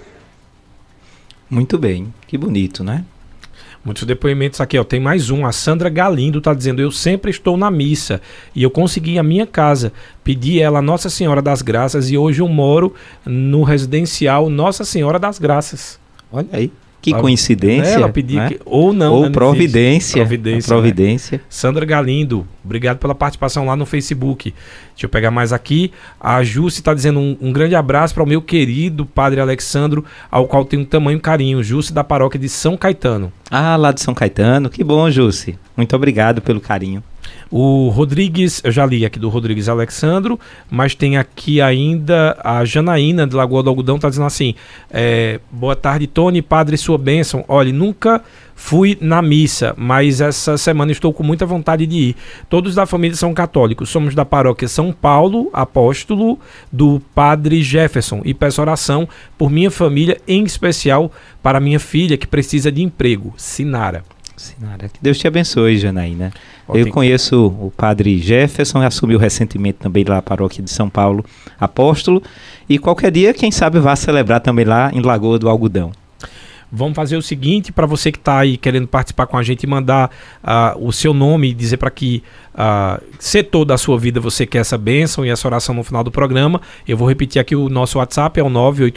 Muito bem, que bonito, né? Muitos depoimentos aqui, ó. Tem mais um. A Sandra Galindo tá dizendo: eu sempre estou na missa e eu consegui a minha casa. Pedi ela a Nossa Senhora das Graças e hoje eu moro no residencial Nossa Senhora das Graças. Olha aí. Que coincidência. Ela pediu né? ou não. Ou providência. Providência. Né? Sandra Galindo, obrigado pela participação lá no Facebook. Deixa eu pegar mais aqui. A Jússi está dizendo um grande abraço para o meu querido Padre Alexandro, ao qual tenho um tamanho carinho. Jússi da paróquia de São Caetano. Ah, lá de São Caetano. Que bom, Jússi. Muito obrigado pelo carinho. O Rodrigues, eu já li aqui do Rodrigues Alexandro, mas tem aqui ainda a Janaína de Lagoa do Algodão, tá dizendo assim: boa tarde, Tony, padre, sua bênção. Olha, nunca fui na missa, mas essa semana estou com muita vontade de ir. Todos da família são católicos, somos da paróquia São Paulo, apóstolo do padre Jefferson, e peço oração por minha família, em especial para minha filha que precisa de emprego, Sinara. Que Deus te abençoe, Janaína. Eu conheço o padre Jefferson, assumiu recentemente também lá a paróquia de São Paulo, apóstolo, e qualquer dia, quem sabe, vá celebrar também lá em Lagoa do Algodão. Vamos fazer o seguinte, para você que está aí querendo participar com a gente, mandar o seu nome e dizer para que setor da sua vida você quer essa bênção e essa oração no final do programa. Eu vou repetir aqui o nosso WhatsApp, é o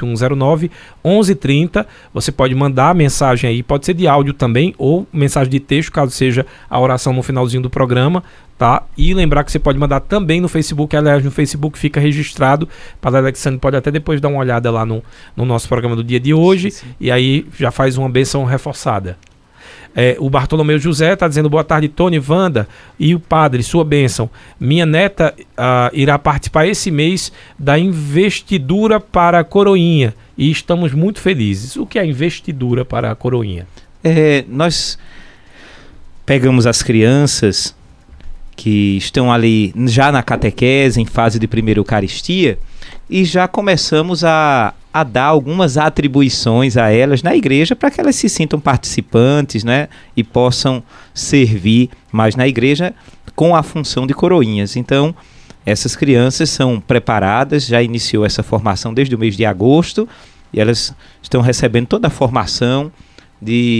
98109-1130. Você pode mandar a mensagem aí, pode ser de áudio também ou mensagem de texto, caso seja a oração no finalzinho do programa. Tá? E lembrar que você pode mandar também no Facebook, aliás, no Facebook fica registrado. Padre Alexandre pode até depois dar uma olhada lá no nosso programa do dia de hoje, sim. E aí já faz uma bênção reforçada. O Bartolomeu José está dizendo: boa tarde, Tony, Wanda e o padre, sua bênção. Minha neta irá participar esse mês da investidura para a Coroinha e estamos muito felizes. O que é a investidura para a Coroinha? Nós pegamos as crianças que estão ali já na catequese, em fase de primeira Eucaristia, e já começamos a dar algumas atribuições a elas na igreja para que elas se sintam participantes, né, e possam servir mais na igreja com a função de coroinhas. Então, essas crianças são preparadas, já iniciou essa formação desde o mês de agosto, e elas estão recebendo toda a formação de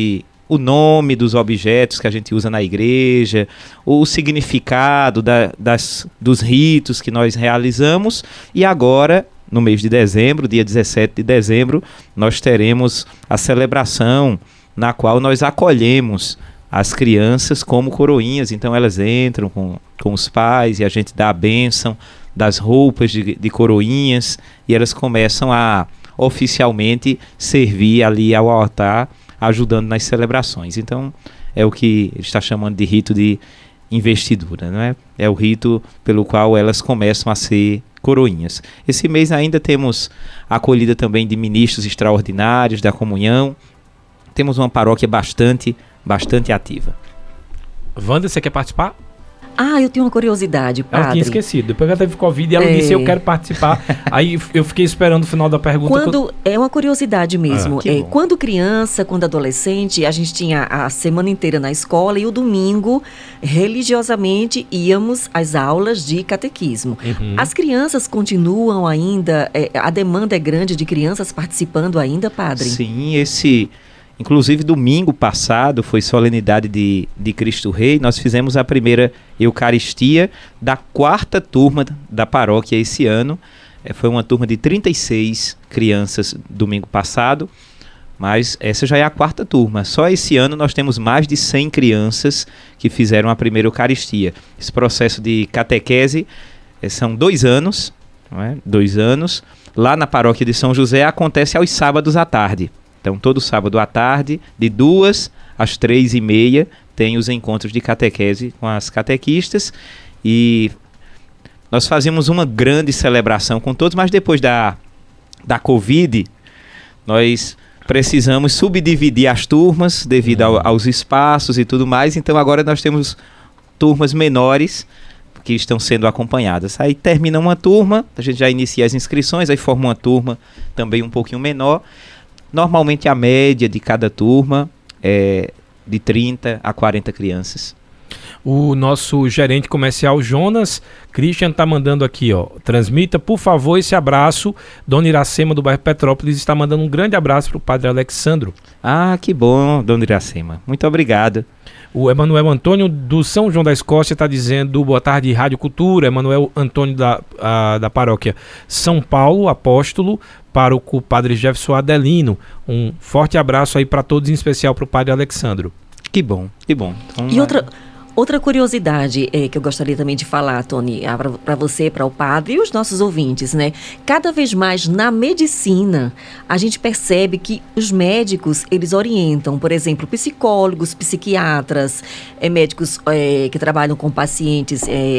o nome dos objetos que a gente usa na igreja, o significado dos ritos que nós realizamos. E agora, no mês de dezembro, dia 17 de dezembro, nós teremos a celebração na qual nós acolhemos as crianças como coroinhas. Então elas entram com os pais e a gente dá a bênção das roupas de coroinhas e elas começam a oficialmente servir ali ao altar, ajudando nas celebrações. Então é o que ele está chamando de rito de investidura, não é? É o rito pelo qual elas começam a ser coroinhas. Esse mês ainda temos a acolhida também de ministros extraordinários da comunhão. Temos uma paróquia bastante ativa. Wanda, você quer participar? Eu tenho uma curiosidade, padre. Ela tinha esquecido. Depois ela teve Covid e ela disse, eu quero participar. Aí eu fiquei esperando o final da pergunta. É uma curiosidade mesmo. Quando criança, quando adolescente, a gente tinha a semana inteira na escola e o domingo, religiosamente, íamos às aulas de catequismo. As crianças continuam ainda, a demanda é grande de crianças participando ainda, padre? Sim, inclusive, domingo passado foi solenidade de Cristo Rei. Nós fizemos a primeira Eucaristia da 4ª turma da paróquia esse ano. Foi uma turma de 36 crianças domingo passado, mas essa já é a 4ª turma. Só esse ano nós temos mais de 100 crianças que fizeram a primeira Eucaristia. Esse processo de catequese são 2 anos, não é? 2 anos. Lá na paróquia de São José acontece aos sábados à tarde. Então, todo sábado à tarde, de 2 às 3h30, tem os encontros de catequese com as catequistas. E nós fazemos uma grande celebração com todos, mas depois da Covid, nós precisamos subdividir as turmas devido aos espaços e tudo mais. Então, agora nós temos turmas menores que estão sendo acompanhadas. Aí termina uma turma, a gente já inicia as inscrições, aí forma uma turma também um pouquinho menor. Normalmente a média de cada turma é de 30 a 40 crianças. O nosso gerente comercial Jonas Christian está mandando aqui, transmita por favor esse abraço. Dona Iracema do bairro Petrópolis está mandando um grande abraço para o padre Alexandro. Que bom, Dona Iracema, muito obrigado. O Emanuel Antônio do São João da Escócia está dizendo boa tarde, Rádio Cultura. Emanuel Antônio da paróquia São Paulo, apóstolo, pároco Padre Jefferson Adelino. Um forte abraço aí para todos, em especial para o Padre Alexandro. Que bom, que bom. Então, e outra curiosidade que eu gostaria também de falar, Tony, para você, para o padre e os nossos ouvintes, né? Cada vez mais na medicina, a gente percebe que os médicos, eles orientam, por exemplo, psicólogos, psiquiatras, médicos que trabalham com pacientes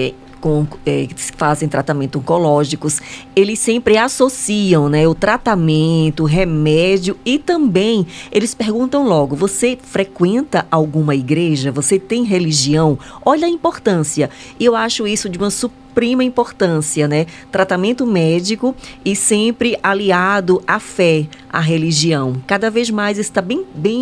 que fazem tratamento oncológicos, eles sempre associam, né, o tratamento, o remédio, e também eles perguntam logo, você frequenta alguma igreja? Você tem religião? Olha a importância. E eu acho isso de uma suprema importância, né? Tratamento médico e sempre aliado à fé, à religião. Cada vez mais está bem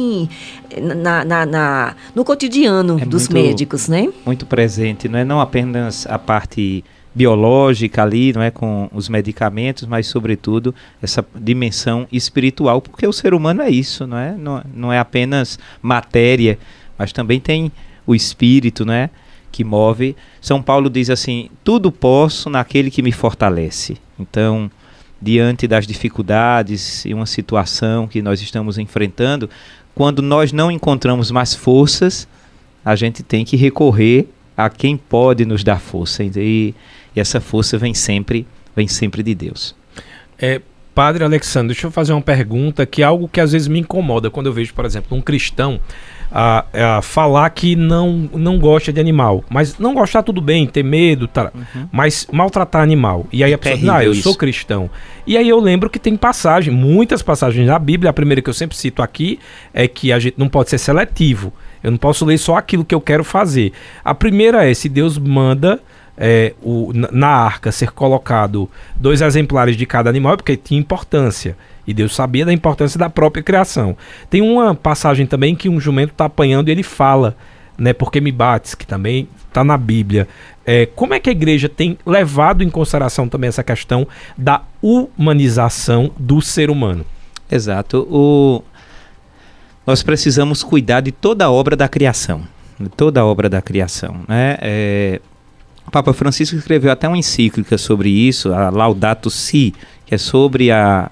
no cotidiano dos médicos, né? Muito presente, não é? Não apenas a parte biológica ali, não é, com os medicamentos, mas sobretudo essa dimensão espiritual, porque o ser humano é isso, não é? Não é apenas matéria, mas também tem o espírito, não é, que move. São Paulo diz assim, tudo posso naquele que me fortalece. Então, diante das dificuldades e uma situação que nós estamos enfrentando, quando nós não encontramos mais forças, a gente tem que recorrer a quem pode nos dar força. E essa força vem sempre de Deus. Padre Alexandre, deixa eu fazer uma pergunta, que é algo que às vezes me incomoda quando eu vejo, por exemplo, um cristão falar que não gosta de animal. Mas não gostar tudo bem, ter medo, mas maltratar animal. E aí a pessoa diz, eu sou cristão. E aí eu lembro que tem muitas passagens na Bíblia. A primeira que eu sempre cito aqui é que a gente não pode ser seletivo. Eu não posso ler só aquilo que eu quero fazer. A primeira se Deus manda na arca ser colocado 2 exemplares de cada animal, porque tinha importância. E Deus sabia da importância da própria criação. Tem uma passagem também que um jumento está apanhando e ele fala, né, porque me bates, que também está na Bíblia. Como é que a igreja tem levado em consideração também essa questão da humanização do ser humano? Exato. nós precisamos cuidar de toda a obra da criação. De toda a obra da criação, né? O Papa Francisco escreveu até uma encíclica sobre isso, a Laudato Si, que é sobre a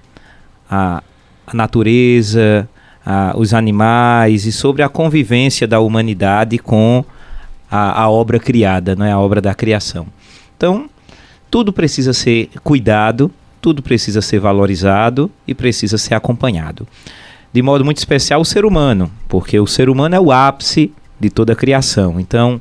natureza, os animais e sobre a convivência da humanidade com a obra criada, não é? A obra da criação. Então, tudo precisa ser cuidado, tudo precisa ser valorizado e precisa ser acompanhado. De modo muito especial o ser humano, porque o ser humano é o ápice de toda a criação. Então,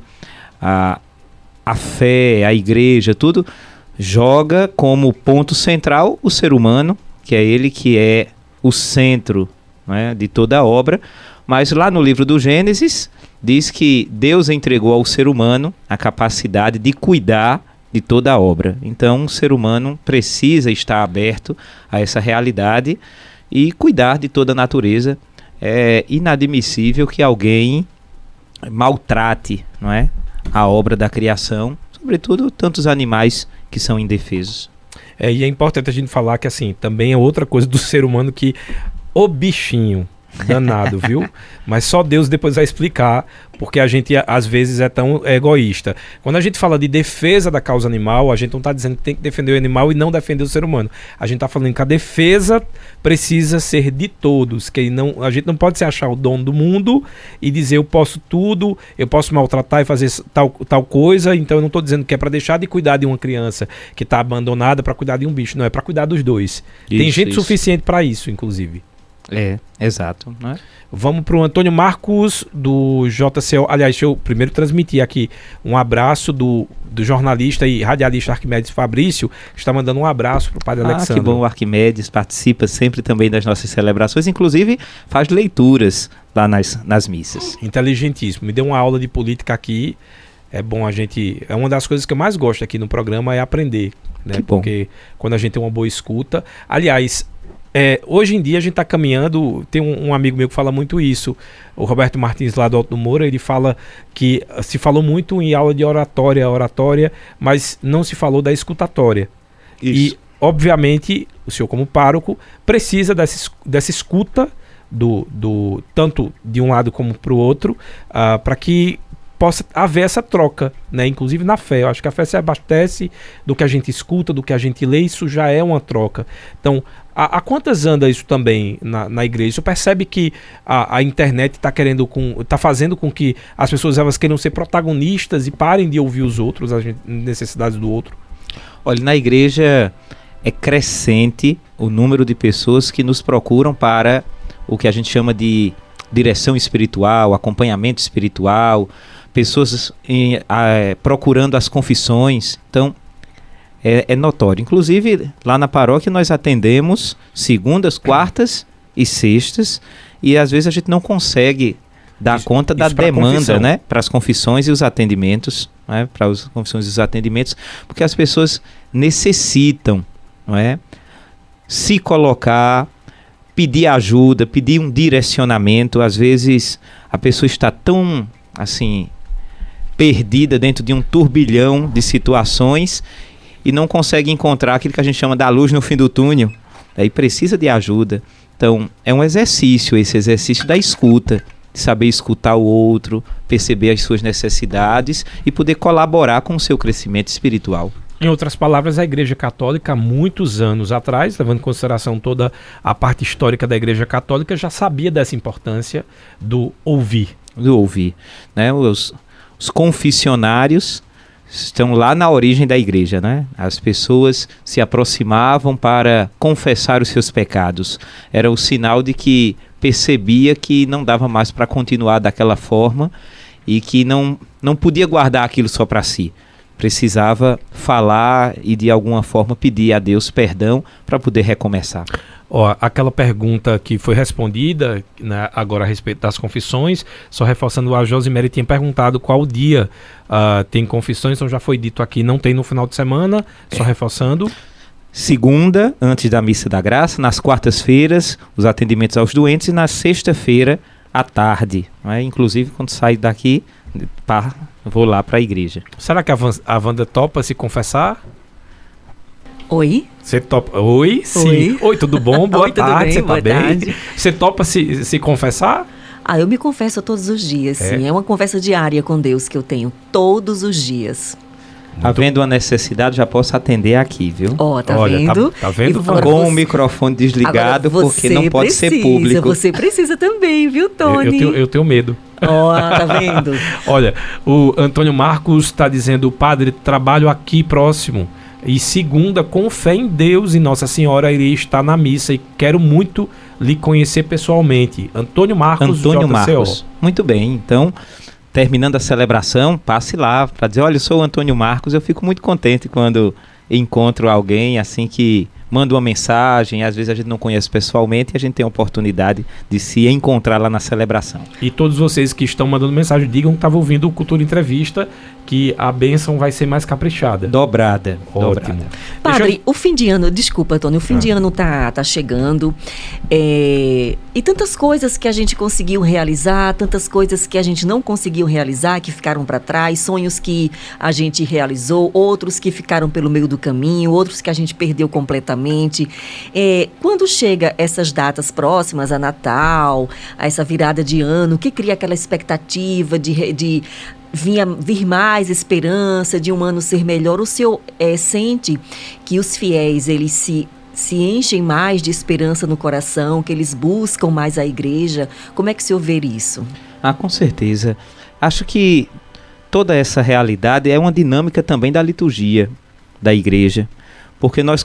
a fé, a igreja, tudo joga como ponto central o ser humano, que é ele que é o centro, né, de toda a obra. Mas lá no livro do Gênesis diz que Deus entregou ao ser humano a capacidade de cuidar de toda a obra. Então o ser humano precisa estar aberto a essa realidade e cuidar de toda a natureza. É inadmissível que alguém maltrate, não é, a obra da criação, sobretudo tantos animais que são indefesos. E é importante a gente falar que, assim, também é outra coisa do ser humano que o bichinho danado, viu? Mas só Deus depois vai explicar, porque a gente às vezes é tão egoísta. Quando a gente fala de defesa da causa animal, a gente não está dizendo que tem que defender o animal e não defender o ser humano. A gente está falando que a defesa precisa ser de todos, que a gente não pode se achar o dono do mundo e dizer eu posso tudo, eu posso maltratar e fazer tal coisa, então eu não estou dizendo que é para deixar de cuidar de uma criança que está abandonada para cuidar de um bicho, não, é para cuidar dos dois. Tem gente suficiente para isso, inclusive. Exato, né? Vamos para o Antônio Marcos do JCO. Aliás, deixa eu primeiro transmitir aqui um abraço do jornalista e radialista Arquimedes Fabrício, que está mandando um abraço para o Padre Alexandre. Que bom, o Arquimedes participa sempre também das nossas celebrações, inclusive faz leituras lá nas missas. Inteligentíssimo, me deu uma aula de política aqui. É bom a gente... É uma das coisas que eu mais gosto aqui no programa é aprender, né? Porque quando a gente tem uma boa escuta... Aliás... hoje em dia a gente está caminhando, tem um amigo meu que fala muito isso, o Roberto Martins lá do Alto do Moura, ele fala que se falou muito em aula de oratória, mas não se falou da escutatória. Isso. E, obviamente, o senhor como pároco precisa dessa escuta, tanto de um lado como para o outro, para que possa haver essa troca, né? Inclusive na fé. Eu acho que a fé se abastece do que a gente escuta, do que a gente lê, isso já é uma troca. Então, há quantas anda isso também na igreja? Você percebe que a internet está fazendo com que as pessoas elas queiram ser protagonistas e parem de ouvir os outros, as necessidades do outro? Olha, na igreja é crescente o número de pessoas que nos procuram para o que a gente chama de direção espiritual, acompanhamento espiritual, pessoas procurando as confissões. Então, é notório. Inclusive, lá na paróquia nós atendemos segundas, quartas e sextas, e às vezes a gente não consegue dar conta da demanda, né, para as confissões e os atendimentos, né, para as confissões e os atendimentos, porque as pessoas necessitam, não é, se colocar, pedir ajuda, pedir um direcionamento. Às vezes a pessoa está tão, assim, perdida dentro de um turbilhão de situações e não consegue encontrar aquilo que a gente chama da luz no fim do túnel. Aí precisa de ajuda. Então, é um exercício, esse exercício da escuta, de saber escutar o outro, perceber as suas necessidades e poder colaborar com o seu crescimento espiritual. Em outras palavras, a Igreja Católica, há muitos anos atrás, levando em consideração toda a parte histórica da Igreja Católica, já sabia dessa importância do ouvir. Do ouvir, né? Os confessionários estão lá na origem da igreja, né? As pessoas se aproximavam para confessar os seus pecados. Era o sinal de que percebia que não dava mais para continuar daquela forma e que não podia guardar aquilo só para si. Precisava falar e de alguma forma pedir a Deus perdão para poder recomeçar. Aquela pergunta que foi respondida, né, agora a respeito das confissões, só reforçando, a Josimere tinha perguntado qual dia tem confissões, então já foi dito aqui, não tem no final de semana, só reforçando. Segunda, antes da Missa da Graça, nas quartas-feiras, os atendimentos aos doentes, e na sexta-feira, à tarde. Né? Inclusive, quando saio daqui, vou lá para a igreja. Será que a Wanda topa se confessar? Oi? Você topa? Oi, sim. Oi, tudo bom? Boa tarde, você tá bem? Você topa se confessar? Eu me confesso todos os dias, sim. É uma conversa diária com Deus que eu tenho todos os dias. Havendo uma necessidade, já posso atender aqui, viu? Tá vendo? Tá vendo? Com o microfone desligado, porque não pode ser público. Você precisa também, viu, Tony? Eu tenho medo. Tá vendo? Olha, o Antônio Marcos está dizendo: padre, trabalho aqui próximo. E segunda, com fé em Deus e Nossa Senhora, irei estar na missa e quero muito lhe conhecer pessoalmente. Antônio Marcos, Antônio JCO. Marcos. Muito bem, então, terminando a celebração, passe lá para dizer: olha, eu sou o Antônio Marcos. Eu fico muito contente quando encontro alguém assim que manda uma mensagem. Às vezes a gente não conhece pessoalmente e a gente tem a oportunidade de se encontrar lá na celebração. E todos vocês que estão mandando mensagem, digam que estavam ouvindo o Cultura Entrevista, que a bênção vai ser mais caprichada. Dobrada. Ótimo. Padre, o fim de ano, desculpa, Tony, o fim de ano tá chegando, e tantas coisas que a gente conseguiu realizar, tantas coisas que a gente não conseguiu realizar, que ficaram para trás, sonhos que a gente realizou, outros que ficaram pelo meio do caminho, outros que a gente perdeu completamente. Quando chega essas datas próximas, a Natal, a essa virada de ano, que cria aquela expectativa de vir mais esperança, de um ano ser melhor, o senhor sente que os fiéis, eles se enchem mais de esperança no coração, que eles buscam mais a igreja? Como é que o senhor vê isso? Com certeza. Acho que toda essa realidade é uma dinâmica também da liturgia da igreja, porque nós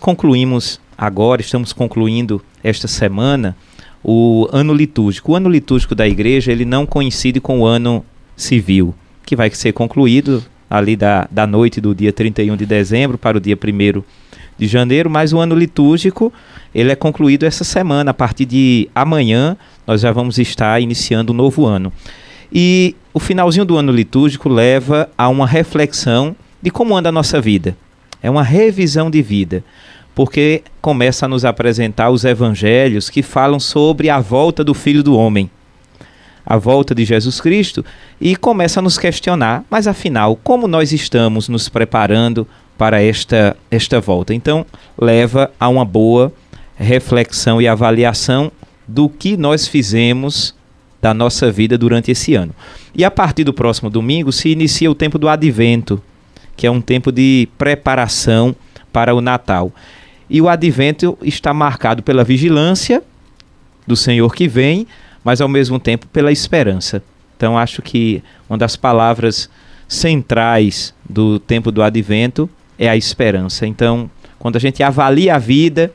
estamos concluindo esta semana o ano litúrgico. O ano litúrgico da igreja, ele não coincide com o ano civil, que vai ser concluído ali da noite do dia 31 de dezembro para o dia 1º de janeiro, mas o ano litúrgico, ele é concluído essa semana. A partir de amanhã, nós já vamos estar iniciando um novo ano. E o finalzinho do ano litúrgico leva a uma reflexão de como anda a nossa vida. É uma revisão de vida, porque começa a nos apresentar os evangelhos que falam sobre a volta do Filho do Homem, a volta de Jesus Cristo, e começa a nos questionar, mas afinal, como nós estamos nos preparando para esta volta? Então, leva a uma boa reflexão e avaliação do que nós fizemos da nossa vida durante esse ano. E a partir do próximo domingo se inicia o tempo do Advento, que é um tempo de preparação para o Natal. E o Advento está marcado pela vigilância do Senhor que vem, mas ao mesmo tempo pela esperança. Então acho que uma das palavras centrais do tempo do Advento é a esperança. Então, quando a gente avalia a vida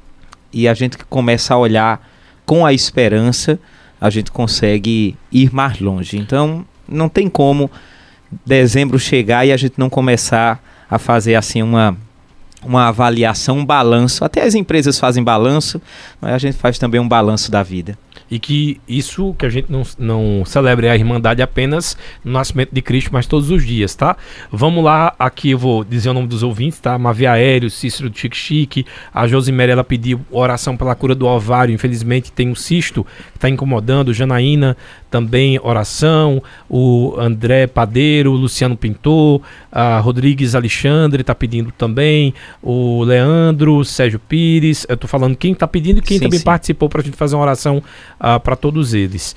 e a gente começa a olhar com a esperança, a gente consegue ir mais longe. Então, não tem como dezembro chegar e a gente não começar a fazer assim uma avaliação, um balanço. Até as empresas fazem balanço, mas a gente faz também um balanço da vida. E que isso, que a gente não celebre a Irmandade apenas no nascimento de Cristo, mas todos os dias, tá? Vamos lá, aqui eu vou dizer o nome dos ouvintes, tá? Mavia Aéreo, Cícero do Chique, a Josimere, ela pediu oração pela cura do ovário, infelizmente tem um cisto que está incomodando, Janaína também oração, o André Padeiro, o Luciano Pintor, a Rodrigues Alexandre está pedindo também, o Leandro, Sérgio Pires, eu estou falando quem está pedindo e quem também participou para a gente fazer uma oração para todos eles.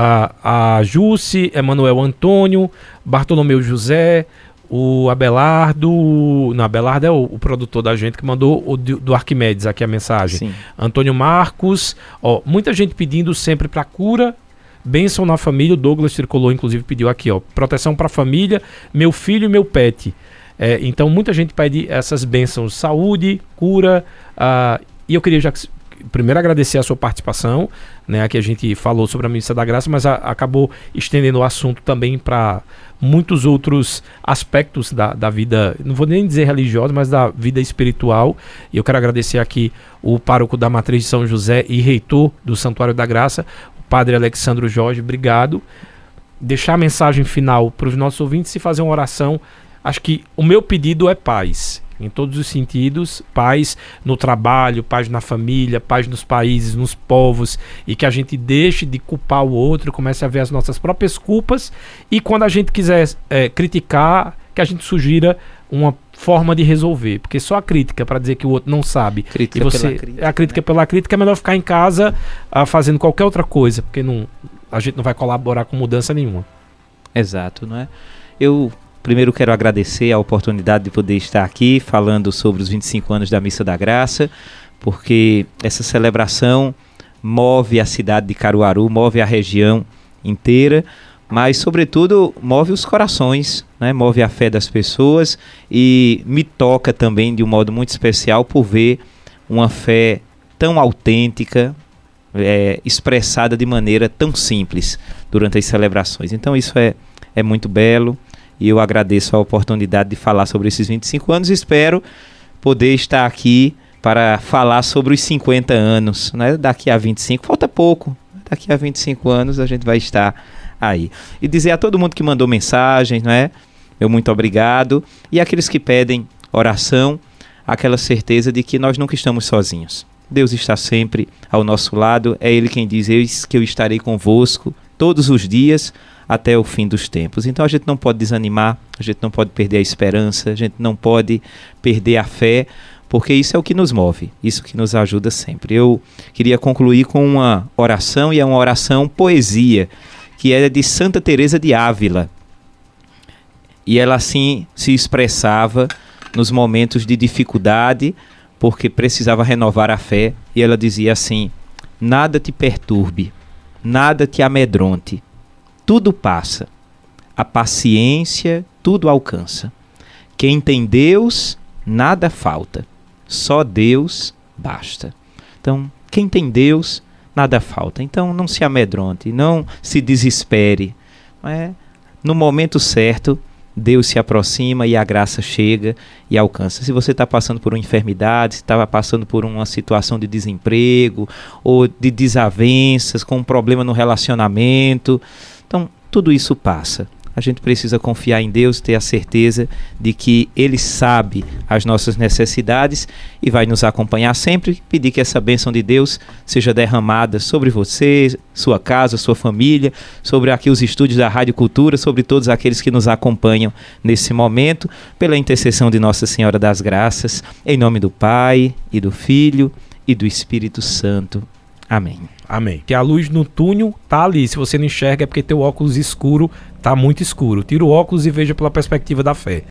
A Jússi, Emanuel Antônio, Bartolomeu José, o Abelardo, não, Abelardo é o produtor da gente que mandou o do Arquimedes aqui a mensagem. Sim. Antônio Marcos, muita gente pedindo sempre para cura, bênção na família. O Douglas Tricolor inclusive pediu aqui, proteção para a família, meu filho e meu pet. Então muita gente pede essas bênçãos, saúde, cura, e eu queria já primeiro agradecer a sua participação, né? Aqui a gente falou sobre a Missa da Graça, mas acabou estendendo o assunto também para muitos outros aspectos da vida, não vou nem dizer religiosa, mas da vida espiritual. E eu quero agradecer aqui o pároco da Matriz de São José e reitor do Santuário da Graça, o padre Alexandro Jorge, obrigado. Deixar a mensagem final para os nossos ouvintes e fazer uma oração. Acho que o meu pedido é paz, em todos os sentidos, paz no trabalho, paz na família, paz nos países, nos povos, e que a gente deixe de culpar o outro, comece a ver as nossas próprias culpas, e quando a gente quiser criticar, que a gente sugira uma forma de resolver, porque só a crítica para dizer que o outro não sabe, crítica e você, pela crítica, a crítica pela crítica, é melhor ficar em casa fazendo qualquer outra coisa, porque a gente não vai colaborar com mudança nenhuma. Exato, não é? Eu primeiro quero agradecer a oportunidade de poder estar aqui falando sobre os 25 anos da Missa da Graça, porque essa celebração move a cidade de Caruaru, move a região inteira, mas sobretudo move os corações, né? Move a fé das pessoas e me toca também de um modo muito especial por ver uma fé tão autêntica, expressada de maneira tão simples durante as celebrações. Então isso é muito belo e eu agradeço a oportunidade de falar sobre esses 25 anos e espero poder estar aqui para falar sobre os 50 anos, né? Daqui a 25, falta pouco, daqui a 25 anos a gente vai estar aí. E dizer a todo mundo que mandou mensagem, não é? Meu muito obrigado. E aqueles que pedem oração, aquela certeza de que nós nunca estamos sozinhos. Deus está sempre ao nosso lado, é Ele quem diz: eis que eu estarei convosco todos os dias até o fim dos tempos. Então a gente não pode desanimar, a gente não pode perder a esperança, a gente não pode perder a fé, porque isso é o que nos move, isso que nos ajuda sempre. Eu queria concluir com uma oração, e é uma oração poesia, que é de Santa Teresa de Ávila. E ela assim se expressava nos momentos de dificuldade, porque precisava renovar a fé, e ela dizia assim: nada te perturbe, nada te amedronte, tudo passa, a paciência tudo alcança. Quem tem Deus, nada falta, só Deus basta. Então, quem tem Deus, nada falta. Então, não se amedronte, não se desespere. No momento certo, Deus se aproxima e a graça chega e alcança. Se você está passando por uma enfermidade, se estava passando por uma situação de desemprego ou de desavenças, com um problema no relacionamento, então tudo isso passa. A gente precisa confiar em Deus, ter a certeza de que Ele sabe as nossas necessidades e vai nos acompanhar sempre. Pedir que essa bênção de Deus seja derramada sobre você, sua casa, sua família, sobre aqui os estúdios da Rádio Cultura, sobre todos aqueles que nos acompanham nesse momento, pela intercessão de Nossa Senhora das Graças, em nome do Pai e do Filho e do Espírito Santo. Amém. Amém. Que a luz no túnel tá ali. Se você não enxerga é porque teu óculos escuro tá muito escuro. Tira o óculos e veja pela perspectiva da fé.